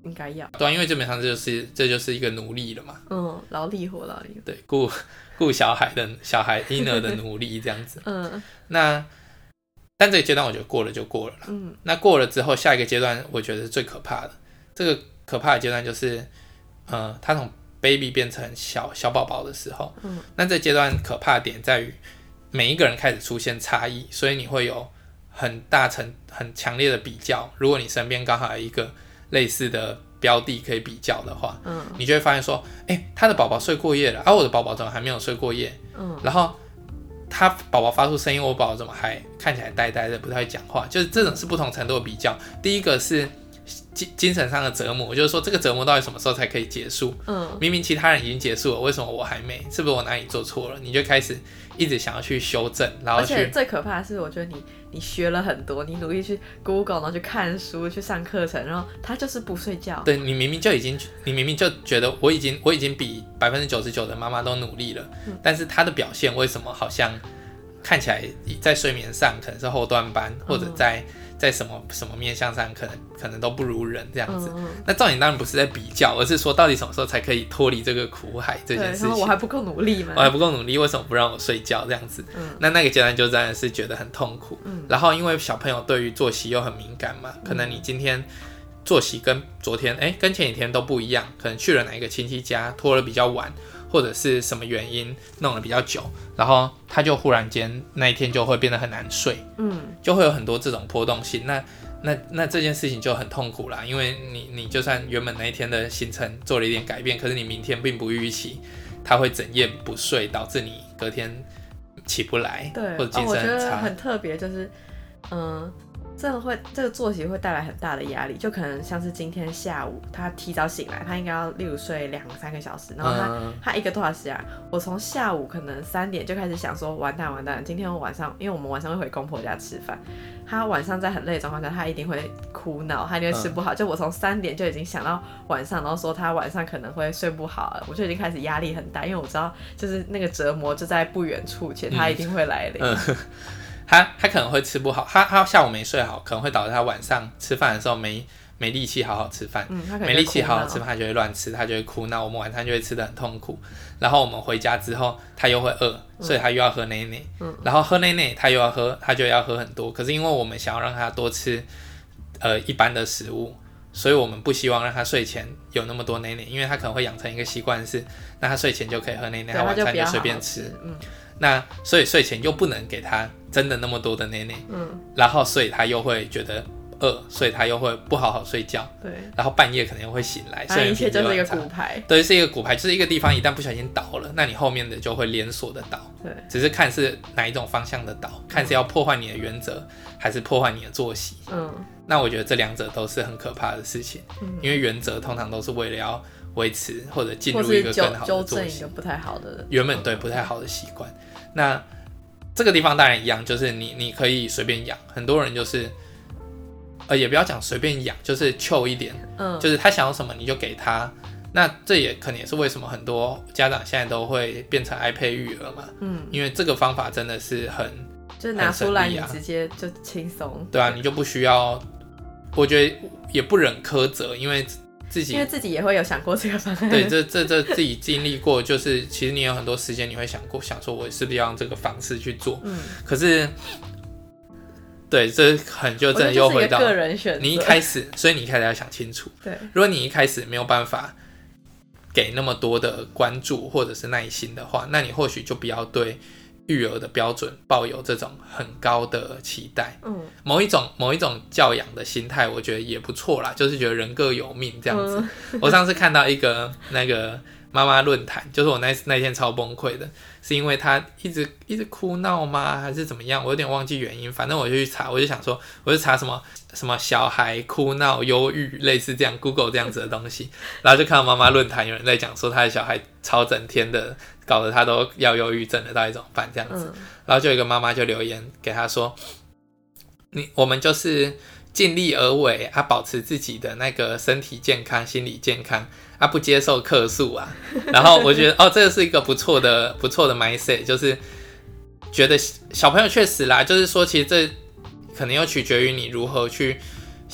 应该要。 对啊，因为基本上这就是这就是一个奴隶了嘛。 嗯，劳力活，劳力活。 对，顾顾小孩的小孩婴儿的奴隶这样子。 嗯， 那但这个阶段我觉得过了就过了啦。 嗯， 那过了之后，下一个阶段我觉得是最可怕的。这个可怕的阶段就是，呃，他从 baby 变成小小宝宝的时候，嗯，那这阶段可怕的点在于，每一个人开始出现差异，所以你会有很大程很强烈的比较。如果你身边刚好有一个类似的标的可以比较的话，嗯，你就会发现说，哎、欸，他的宝宝睡过夜了，而、啊、我的宝宝怎么还没有睡过夜？嗯，然后他宝宝发出声音，我宝宝怎么还看起来呆呆的，不太会讲话？就是这种是不同程度的比较。第一个是精神上的折磨，就是说这个折磨到底什么时候才可以结束？嗯，明明其他人已经结束了，为什么我还没？是不是我哪里做错了？你就开始一直想要去修正，然后去。 而且最可怕的是，我觉得你你学了很多，你努力去 Google， 然后去看书，去上课程，然后他就是不睡觉。 对，你明明就已经，你明明就觉得我已经我已经比百分之九十九的妈妈都努力了，嗯，但是他的表现为什么好像看起来在睡眠上可能是后段班，或者在。嗯在什么什么面向上可能可能都不如人这样子，嗯嗯，那重点当然不是在比较，而是说到底什么时候才可以脱离这个苦海这件事情。 我还不够努力吗？ 我还不够努力，为什么不让我睡觉这样子？嗯，那那个阶段就真的是觉得很痛苦。嗯，然后因为小朋友对于作息又很敏感嘛，可能你今天作息跟昨天哎跟前几天都不一样，可能去了哪一个亲戚家拖了比较晚，或者是什么原因弄了比较久，然后他就忽然间那一天就会变得很难睡，嗯，就会有很多这种波动性。那那那这件事情就很痛苦啦，因为你你就算原本那一天的行程做了一点改变，可是你明天并不预期他会整夜不睡，导致你隔天起不来， 对， 或者精神很差。 哦，我觉得很特别，就是嗯。这个会，这个作息会带来很大的压力，就可能像是今天下午他提早醒来，他应该要例如睡两三个小时，然后他、嗯、他一个多小时啊，我从下午可能三点就开始想说完蛋完蛋，今天我晚上，因为我们晚上会回公婆家吃饭，他晚上在很累的状况下，他一定会哭闹，他一定会吃不好，嗯、就我从三点就已经想到晚上，然后说他晚上可能会睡不好了，我就已经开始压力很大，因为我知道就是那个折磨就在不远处，且他一定会来临。嗯嗯他, 他可能会吃不好，他他下午没睡好，可能会导致他晚上吃饭的时候没没力气好好吃饭，嗯、没力气好好吃饭，他就会乱吃，他就会哭闹，我们晚上就会吃得很痛苦。然后我们回家之后，他又会饿，所以他又要喝奶奶，嗯、然后喝奶奶他又要喝，他就要喝很多。可是因为我们想要让他多吃呃一般的食物，所以我们不希望让他睡前有那么多奶奶，因为他可能会养成一个习惯是，那他睡前就可以喝奶奶，他晚餐就随便吃。嗯那所以睡前又不能给他真的那么多的奶奶，嗯，然后所以他又会觉得饿，所以他又会不好好睡觉，对，然后半夜可能又会醒来，所以一切就是一个骨牌， 对，是一个骨牌，就是一个地方一旦不小心倒了，那你后面的就会连锁的倒，对，只是看是哪一种方向的倒，嗯、看是要破坏你的原则，还是破坏你的作息，嗯，那我觉得这两者都是很可怕的事情，嗯，因为原则通常都是为了要维持或者进入一个更好的作息， 纠正一个不太好的原本对不太好的习惯。那这个地方当然一样，就是你你可以随便养，很多人就是呃也不要讲随便养，就是求一点，嗯，就是他想要什么你就给他。那这也可能也是为什么很多家长现在都会变成 iPad 育儿嘛，嗯，因为这个方法真的是很就是拿出来你直接就轻松， 对啊，你就不需要，我觉得也不忍苛责，因为。自己因为自己也会有想过这个方案， 对，这这这自己经历过，就是其实你有很多时间，你会想过想说，我是不是要用这个方式去做？嗯，可是，对，这很就真的又回到个人选择。 你一开始，所以你一开始要想清楚。对，如果你一开始没有办法给那么多的关注或者是耐心的话，那你或许就不要对育儿的标准抱有这种很高的期待，嗯，某一种某一种教养的心态，我觉得也不错啦，就是觉得人各有命这样子。嗯、我上次看到一个那个妈妈论坛，就是我那那天超崩溃的，是因为她一直一直哭闹吗，还是怎么样？我有点忘记原因，反正我就去查，我就想说，我就查什么什么小孩哭闹、忧郁，类似这样 Google 这样子的东西，然后就看到妈妈论坛有人在讲说，他的小孩吵整天的。搞得他都要忧郁症了，到底怎么办这样子？嗯、然后就有一个妈妈就留言给他说：“你我们就是尽力而为啊，保持自己的那个身体健康、心理健康啊，不接受客诉啊。”然后我觉得哦，这个是一个不错的、不错的 mindset， 就是觉得小朋友确实啦，就是说其实这可能又取决于你如何去想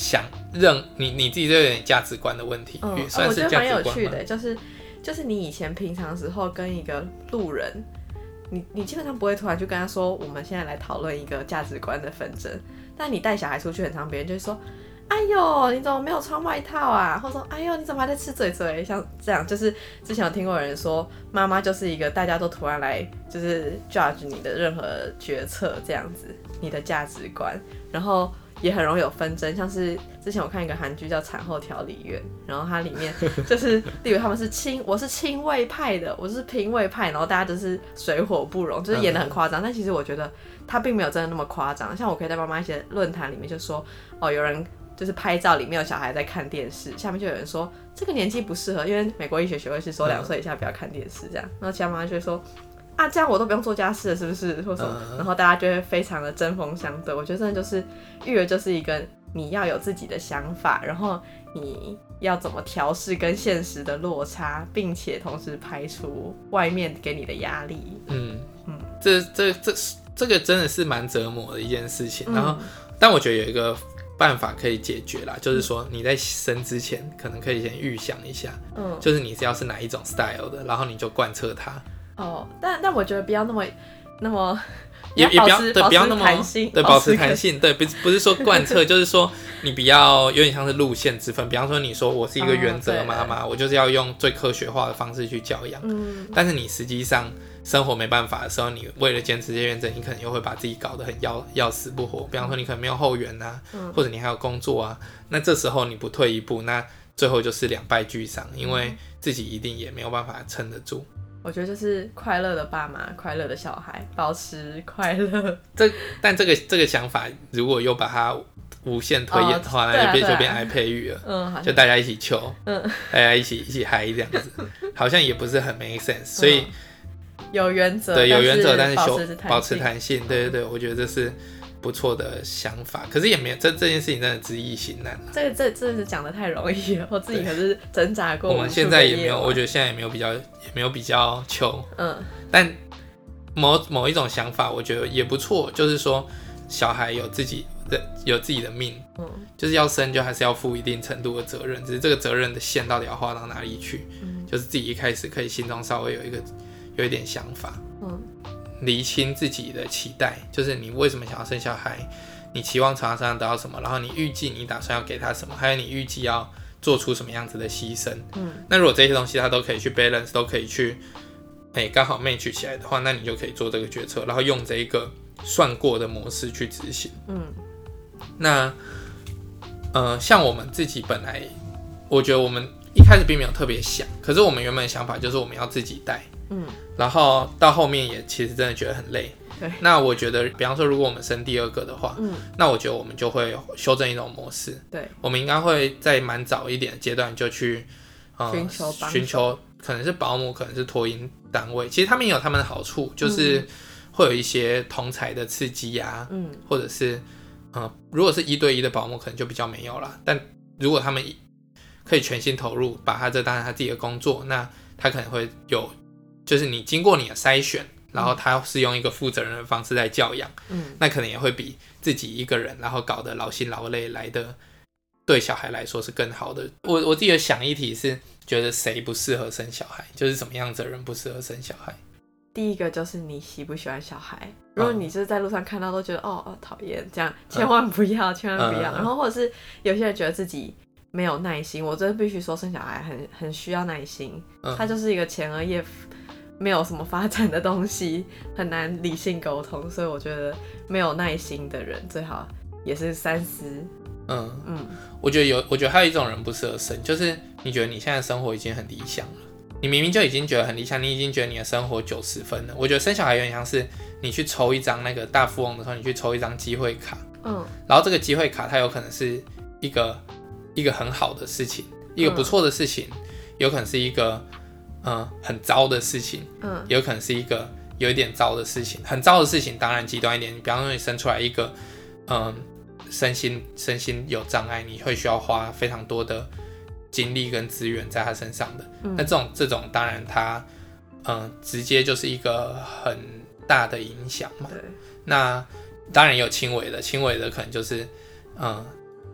认你你自己就有点价值观的问题， 嗯， 算是价值观吗？ 我觉得蛮有趣的，就是就是你以前平常时候跟一个路人，你你基本上不会突然就跟他说，我们现在来讨论一个价值观的纷争。但你带小孩出去，很常别人就会说，哎呦，你怎么没有穿外套啊？或者说，哎呦，你怎么还在吃嘴嘴？像这样，就是之前有听过有人说，妈妈就是一个大家都突然来就是 judge 你的任何决策这样子，你的价值观，然后也很容易有纷争。像是之前我看一个韩剧叫《产后调理院》，然后它里面就是例如他们是亲，我是亲卫派的，我是平卫派，然后大家就是水火不容，就是演得很夸张。但其实我觉得他并没有真的那么夸张。像我可以在妈妈一些论坛里面就说，哦，有人就是拍照里面有小孩在看电视，下面就有人说这个年纪不适合，因为美国医学学会是说两岁以下不要看电视这样。然后其他妈妈就会说，啊，这样我都不用做家事了，是不是？或什么？然后大家就会非常的针锋相对。我觉得真的就是育儿就是一个你要有自己的想法，然后你要怎么调试跟现实的落差，并且同时排除外面给你的压力。 嗯嗯，这这这这个真的是蛮折磨的一件事情。然后，嗯、但我觉得有一个办法可以解决啦，就是说你在生之前可能可以先预想一下，嗯，就是你要是哪一种 style 的，然后你就贯彻它。 哦，但但我觉得不要那么那么， 也也不要对不要那么对保持弹性，对不不是说贯彻，就是说你不要有点像是路线之分。比方说你说我是一个原则妈妈，我就是要用最科学化的方式去教养，嗯，但是你实际上生活没办法的时候，你为了坚持这些原则，你可能又会把自己搞得很要要死不活。比方说你可能没有后援啊，嗯、或者你还有工作啊，那这时候你不退一步，那最后就是两败俱伤，因为自己一定也没有办法撑得住。 我觉得就是快乐的爸妈，快乐的小孩，保持快乐。 这但这个这个想法，如果又把它无限推演的话，哦、那就变、啊、就变爱配育了。嗯，就大家一起求，嗯，大家一起一起嗨这样子，好像也不是很 make sense。所以、 嗯、有原则， 对有原则，但是保持保持弹性，对对对，我觉得这是不错的想法。可是也没有这这件事情真的知易行难、啊。 这个这真的是讲得太容易了，我自己可是挣扎过。 我们现在也没有，我觉得现在也没有比较，也没有比较求。嗯，但某某一种想法，我觉得也不错，就是说小孩有自己的有自己的命，嗯，就是要生就还是要负一定程度的责任，只是这个责任的线到底要画到哪里去，嗯，就是自己一开始可以心中稍微有一个有一点想法，嗯。厘清自己的期待，就是你为什么想要生小孩，你期望从他身上得到什么，然后你预计你打算要给他什么，还有你预计要做出什么样子的牺牲。嗯，那如果这些东西他都可以去 balance， 都可以去，哎，刚好 match 起来的话，那你就可以做这个决策，然后用这一个算过的模式去执行。嗯，那呃，像我们自己本来，我觉得我们一开始并没有特别想，可是我们原本的想法就是我们要自己带。嗯，然后到后面也其实真的觉得很累。对，那我觉得，比方说，如果我们生第二个的话，嗯，那我觉得我们就会修正一种模式。对，我们应该会在蛮早一点的阶段就去呃寻求寻求，可能是保姆，可能是托婴单位。其实他们也有他们的好处，就是会有一些同侪的刺激啊，嗯，或者是呃，如果是一对一的保姆，可能就比较没有啦。但如果他们可以全心投入，把他这当成他自己的工作，那他可能会有。就是你经过你的筛选，然后他是用一个负责任的方式在教养，嗯，那可能也会比自己一个人然后搞得劳心劳累来的，对小孩来说是更好的。我我自己的想一题是觉得谁不适合生小孩，就是什么样子的人不适合生小孩。 第一个就是你喜不喜欢小孩，如果你就是在路上看到都觉得、嗯、哦讨厌，这样千万不要、嗯、千万不要、嗯、然后或者是有些人觉得自己没有耐心，我真的必须说生小孩很很需要耐心，嗯、它就是一个前额叶没有什么发展的东西，很难理性沟通，所以我觉得没有耐心的人最好也是三思。 嗯嗯，我觉得有，我觉得还有一种人不适合生，就是你觉得你现在生活已经很理想了，你明明就已经觉得很理想，你已经觉得你的生活九十分了。我觉得生小孩有点像是你去抽一张那个大富翁的时候，你去抽一张机会卡，嗯，然后这个机会卡它有可能是一个一个很好的事情，一个不错的事情，嗯、有可能是一个。嗯，很糟的事情，嗯，有可能是一个有一点糟的事情。很糟的事情当然极端一点，比方说你生出来一个，嗯，身心身心有障碍，你会需要花非常多的精力跟资源在他身上的。嗯、那这种这种当然他，嗯，直接就是一个很大的影响嘛。对。那当然有轻微的，轻微的可能就是，嗯，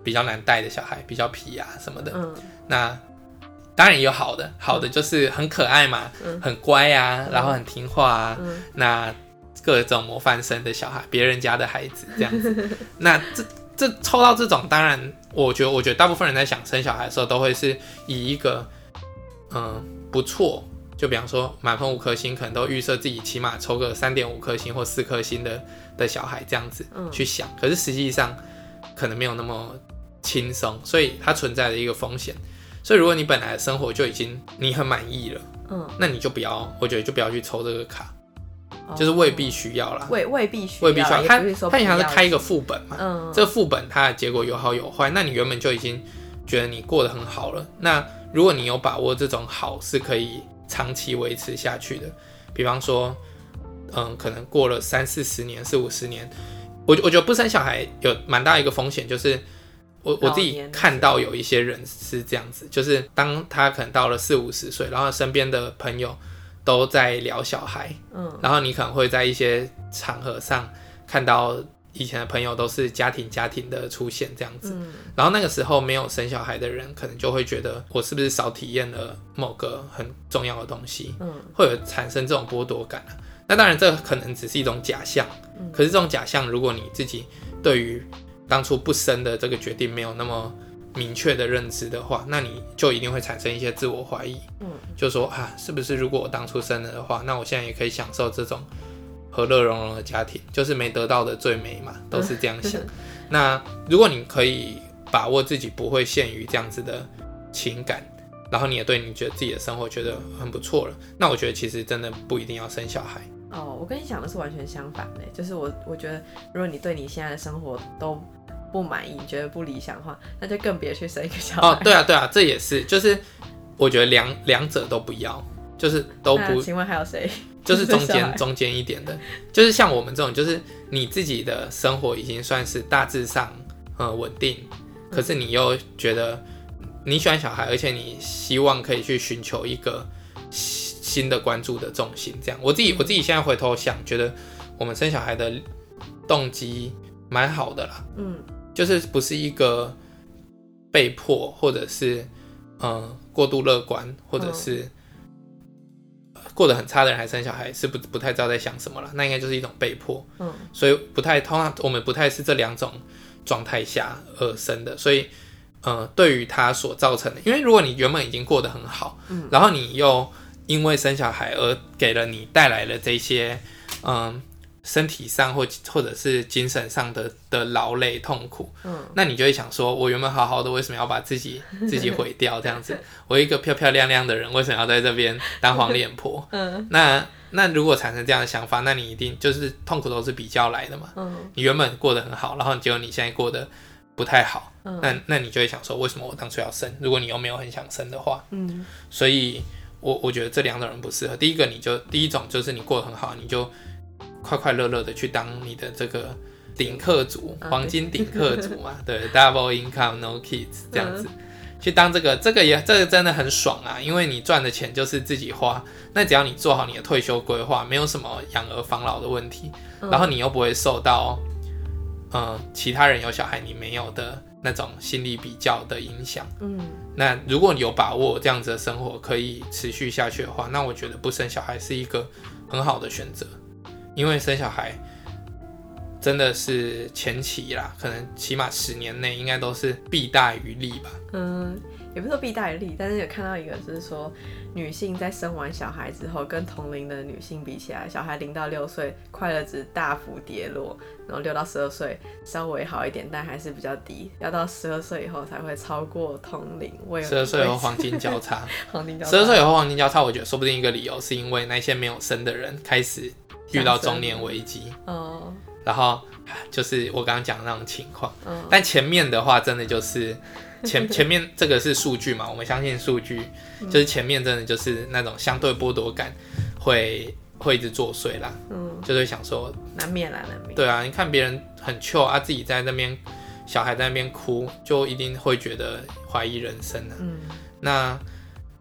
比较难带的小孩，比较皮啊什么的。 嗯， 那当然也有好的，好的就是很可爱嘛， 嗯、 很乖啊，然后很听话啊。 嗯、 那各种模范生的小孩，别人家的孩子这样子。那这这抽到这种，当然我觉得，我觉得大部分人在想生小孩的时候，都会是以一个嗯不错，就比方说满分五颗星，可能都预设自己起码抽个三点五颗星或四颗星的的小孩这样子去想。嗯、可是实际上可能没有那么轻松，所以它存在的一个风险。所以如果你本来的生活就已经你很满意了，嗯，那你就不要，我觉得就不要去抽这个卡。就是未必需要啦， 未未必需要， 未必需要。它它你像是开一个副本嘛， 嗯， 这个副本它的结果有好有坏，那你原本就已经觉得你过得很好了。那如果你有把握这种好是可以长期维持下去的，比方说，嗯，可能过了三四十年、四五十年，我我觉得不生小孩有蛮大一个风险，就是我我自己看到有一些人是这样子，就是当他可能到了四五十岁，然后身边的朋友都在聊小孩，嗯，然后你可能会在一些场合上看到以前的朋友都是家庭家庭的出现这样子，嗯，然后那个时候没有生小孩的人可能就会觉得我是不是少体验了某个很重要的东西，嗯，会有产生这种剥夺感啊。那当然这可能只是一种假象，嗯，可是这种假象如果你自己对于当初不生的这个决定没有那么明确的认知的话，那你就一定会产生一些自我怀疑，嗯，就说啊，是不是如果我当初生了的话，那我现在也可以享受这种和乐融融的家庭，就是没得到的最美嘛，都是这样想。那如果你可以把握自己不会陷于这样子的情感，然后你也对你觉得自己的生活觉得很不错了，那我觉得其实真的不一定要生小孩。 哦，我跟你讲的是完全相反的，就是我我觉得如果你对你现在的生活都不满意，觉得不理想的话，那就更别去生一个小孩。 哦，对啊，对啊，这也是，就是我觉得两两者都不要，就是都不。 请问还有谁？ 就是中间中间一点的，就是像我们这种，就是你自己的生活已经算是大致上呃稳定，可是你又觉得你喜欢小孩，而且你希望可以去寻求一个新的关注的重心，这样。我自己我自己现在回头想，觉得我们生小孩的动机蛮好的啦，嗯。就是不是一个被迫，或者是呃过度乐观，或者是过得很差的人还生小孩，是不不太知道在想什么了。那应该就是一种被迫，嗯，所以不太通常我们不太是这两种状态下而生的。所以呃，对于他所造成的，因为如果你原本已经过得很好，嗯，然后你又因为生小孩而给了你带来了这些嗯。身体上或或者是精神上的的劳累痛苦，嗯，那你就会想说，我原本好好的，为什么要把自己自己毁掉这样子？我一个漂漂亮亮的人，为什么要在这边当黄脸婆？嗯，那那如果产生这样的想法，那你一定就是痛苦都是比较来的嘛。嗯，你原本过得很好，然后结果你现在过得不太好，嗯，那那你就会想说，为什么我当初要生？如果你又没有很想生的话，嗯，所以我我觉得这两种人不适合。第一个，你就第一种就是你过得很好，你就快快乐乐的去当你的这个顶客族，黄金顶客族嘛，对 ，double income no kids 这样子，去当这个，这个也这个真的很爽啊，因为你赚的钱就是自己花，那只要你做好你的退休规划，没有什么养儿防老的问题，然后你又不会受到呃其他人有小孩你没有的那种心理比较的影响，嗯，那如果你有把握这样子的生活可以持续下去的话，那我觉得不生小孩是一个很好的选择。因为生小孩真的是前期啦，可能起码十年内应该都是弊大于利吧。嗯， 也不是说弊大于利，但是有看到一个就是说，女性在生完小孩之后，跟同龄的女性比起来，小孩零到六岁快乐值大幅跌落，然后六到十二岁稍微好一点，但还是比较低，要到十二岁以后才会超过同龄。 十二岁以后黄金交叉， 黄金交叉。 十二岁以后黄金交叉，我觉得说不定一个理由是因为那些没有生的人开始遇到中年危机，哦，然后就是我刚刚讲的那种情况，哦，但前面的话真的就是前前面这个是数据嘛，我们相信数据，嗯，就是前面真的就是那种相对剥夺感会会一直作祟啦，嗯，就会想说难免啦，难免。 对啊，你看别人很糗啊，自己在那边小孩在那边哭，就一定会觉得怀疑人生啊，嗯，那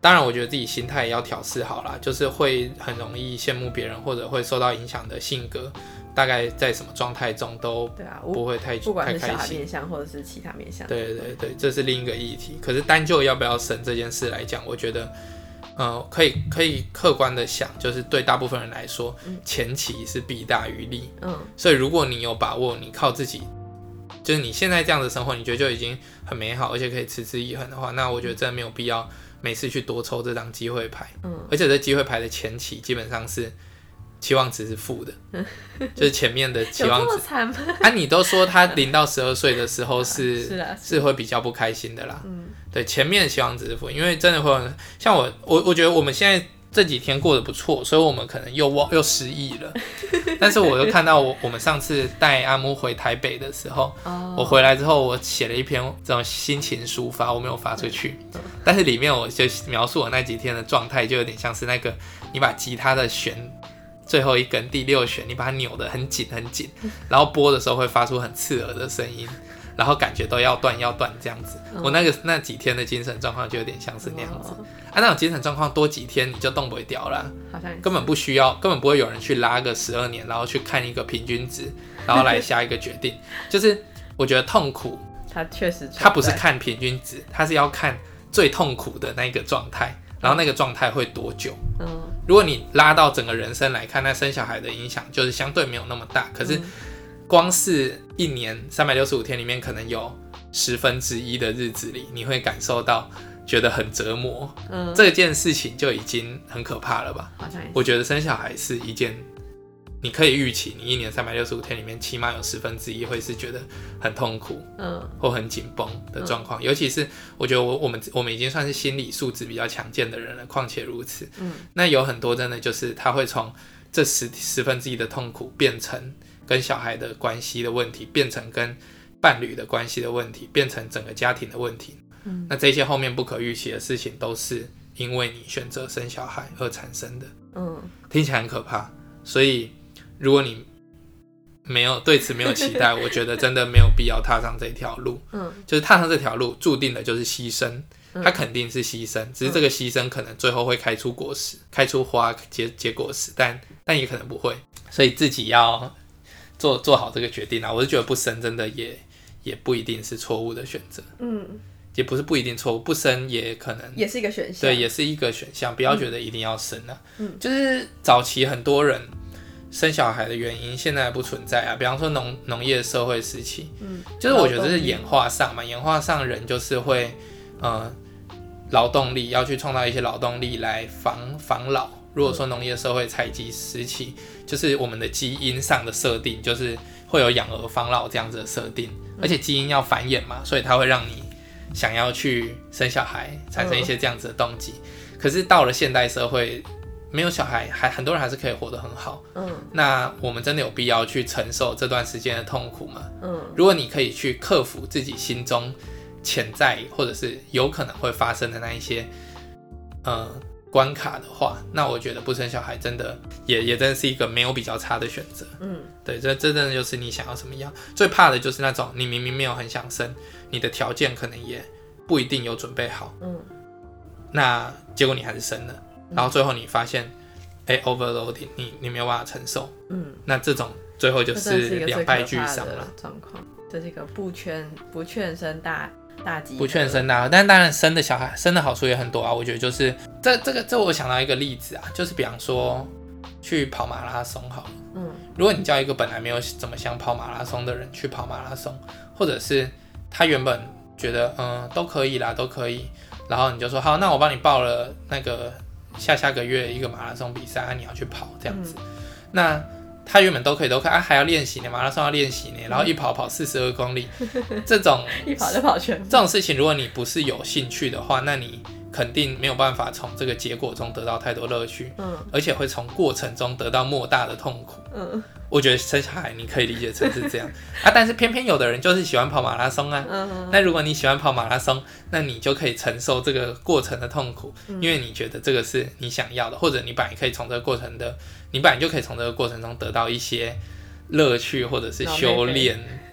当然我觉得自己心态也要调试好啦，就是会很容易羡慕别人或者会受到影响的性格，大概在什么状态中都不会太、 啊、不管是小太开心。 孩面向或者是其他面向， 对对对，这是另一个议题。可是单就要不要生这件事来讲，我觉得，呃，可以可以客观的想，就是对大部分人来说，嗯、前期是弊大于利。嗯，所以如果你有把握，你靠自己，就是你现在这样的生活，你觉得就已经很美好，而且可以持之以恒的话，那我觉得真的没有必要每次去多抽这张机会牌。嗯，而且这机会牌的前期基本上是期望值是负的，就是前面的期望值。有这么惨吗？啊，你都说他零到十二岁的时候是是, 啊是, 是会比较不开心的啦。嗯，对，前面的期望值是负，因为真的会有像我我我觉得我们现在这几天过得不错，所以我们可能又又失忆了。但是我又看到我我们上次带阿木回台北的时候，哦、我回来之后我写了一篇这种心情抒发，我没有发出去，嗯、但是里面我就描述我那几天的状态，就有点像是那个你把吉他的弦最后一根第六弦，你把它扭得很紧很紧，然后拨的时候会发出很刺耳的声音，然后感觉都要断要断这样子。嗯、我那个那几天的精神状况就有点像是那样子。哦、啊，那种精神状况多几天你就动不掉了，好像根本不需要，根本不会有人去拉个十二年，然后去看一个平均值，然后来下一个决定。就是我觉得痛苦， 它确实它不是看平均值，它是要看最痛苦的那个状态。然后那个状态会多久？嗯，如果你拉到整个人生来看，那生小孩的影响就是相对没有那么大。可是光是一年三百六十五天里面，可能有十分之一的日子里，你会感受到觉得很折磨。嗯，这件事情就已经很可怕了吧？好像我觉得生小孩是一件你可以预期，你一年三百六十五天里面，起码有十分之一会是觉得很痛苦，嗯，或很紧绷的状况。嗯、尤其是我觉得我我们我们已经算是心理素质比较强健的人了，况且如此。嗯，那有很多真的就是他会从这十十分之一的痛苦变成跟小孩的关系的问题，变成跟伴侣的关系的问题，变成整个家庭的问题。嗯，那这些后面不可预期的事情，都是因为你选择生小孩而产生的。嗯，听起来很可怕，所以。如果你没有对此没有期待，我觉得真的没有必要踏上这条路。嗯，就是踏上这条路，注定的就是牺牲，它肯定是牺牲，只是这个牺牲可能最后会开出果实，开出花结结果实，但但也可能不会，所以自己要做做好这个决定啊。我是觉得不生真的也也不一定是错误的选择。嗯。也不是不一定错误，不生也可能也是一个选项， 对，也是一个选项。不要觉得一定要生啊。嗯，就是早期很多人生小孩的原因现在不存在啊，比方说农农业社会时期，嗯，就是我觉得这是演化上嘛，演化上人就是会呃劳动力要去创造一些劳动力来防防老。如果说农业社会采集时期，就是我们的基因上的设定，就是会有养儿防老这样子的设定，而且基因要繁衍嘛，所以它会让你想要去生小孩，产生一些这样子的动机。嗯、可是到了现代社会，没有小孩，还很多人还是可以活得很好。嗯，那我们真的有必要去承受这段时间的痛苦吗？嗯，如果你可以去克服自己心中潜在或者是有可能会发生的那一些呃关卡的话，那我觉得不生小孩真的也也真的是一个没有比较差的选择。嗯，对，这这真的就是你想要什么样。最怕的就是那种你明明没有很想生，你的条件可能也不一定有准备好。嗯，那结果你还是生了，然后最后你发现，哎、欸、，overloading， 你你没有办法承受。嗯，那这种最后就是两败俱伤了。 状况，这是一个不劝不劝生大。大不劝生大，但当然生的小孩生的好处也很多啊。我觉得就是这这个这我想到一个例子啊，就是比方说去跑马拉松好了，嗯，如果你叫一个本来没有怎么想跑马拉松的人去跑马拉松，或者是他原本觉得嗯都可以啦都可以，然后你就说好，那我帮你报了那个下下个月一个马拉松比赛，啊、你要去跑这样子，嗯、那。他原本都可以都可以啊，还要练习呢，马拉松要练习呢，然后一跑跑四十二公里，这种一跑就跑全这种事情，如果你不是有兴趣的话，那你肯定没有办法从这个结果中得到太多乐趣，嗯，而且会从过程中得到莫大的痛苦，嗯，我觉得生小孩你可以理解成是这样啊，但是偏偏有的人就是喜欢跑马拉松啊，嗯，那如果你喜欢跑马拉松，那你就可以承受这个过程的痛苦，嗯、因为你觉得这个是你想要的，或者你本来可以从这个过程的。你本来就可以从这个过程中得到一些乐趣，或者是修炼，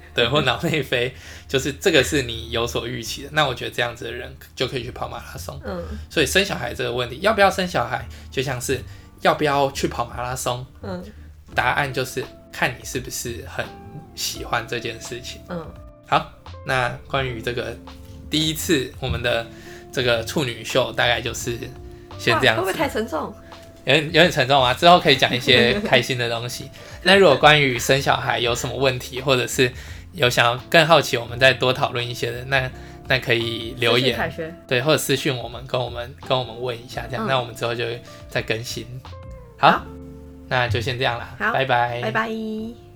对，或脑内啡，就是这个是你有所预期的。那我觉得这样子的人就可以去跑马拉松。 嗯， 所以生小孩这个问题，要不要生小孩，就像是要不要去跑马拉松。嗯，答案就是看你是不是很喜欢这件事情。嗯，好，那关于这个第一次我们的这个处女秀，大概就是先这样子。 会不会太沉重？ 有点有点沉重啊，之后可以讲一些开心的东西。那如果关于生小孩有什么问题，或者是有想要更好奇，我们再多讨论一些的，那那可以留言，对，或者私讯我们，跟我们跟我们问一下，这样，嗯、那我们之后就再更新。好，好那就先这样啦，拜拜， 拜拜。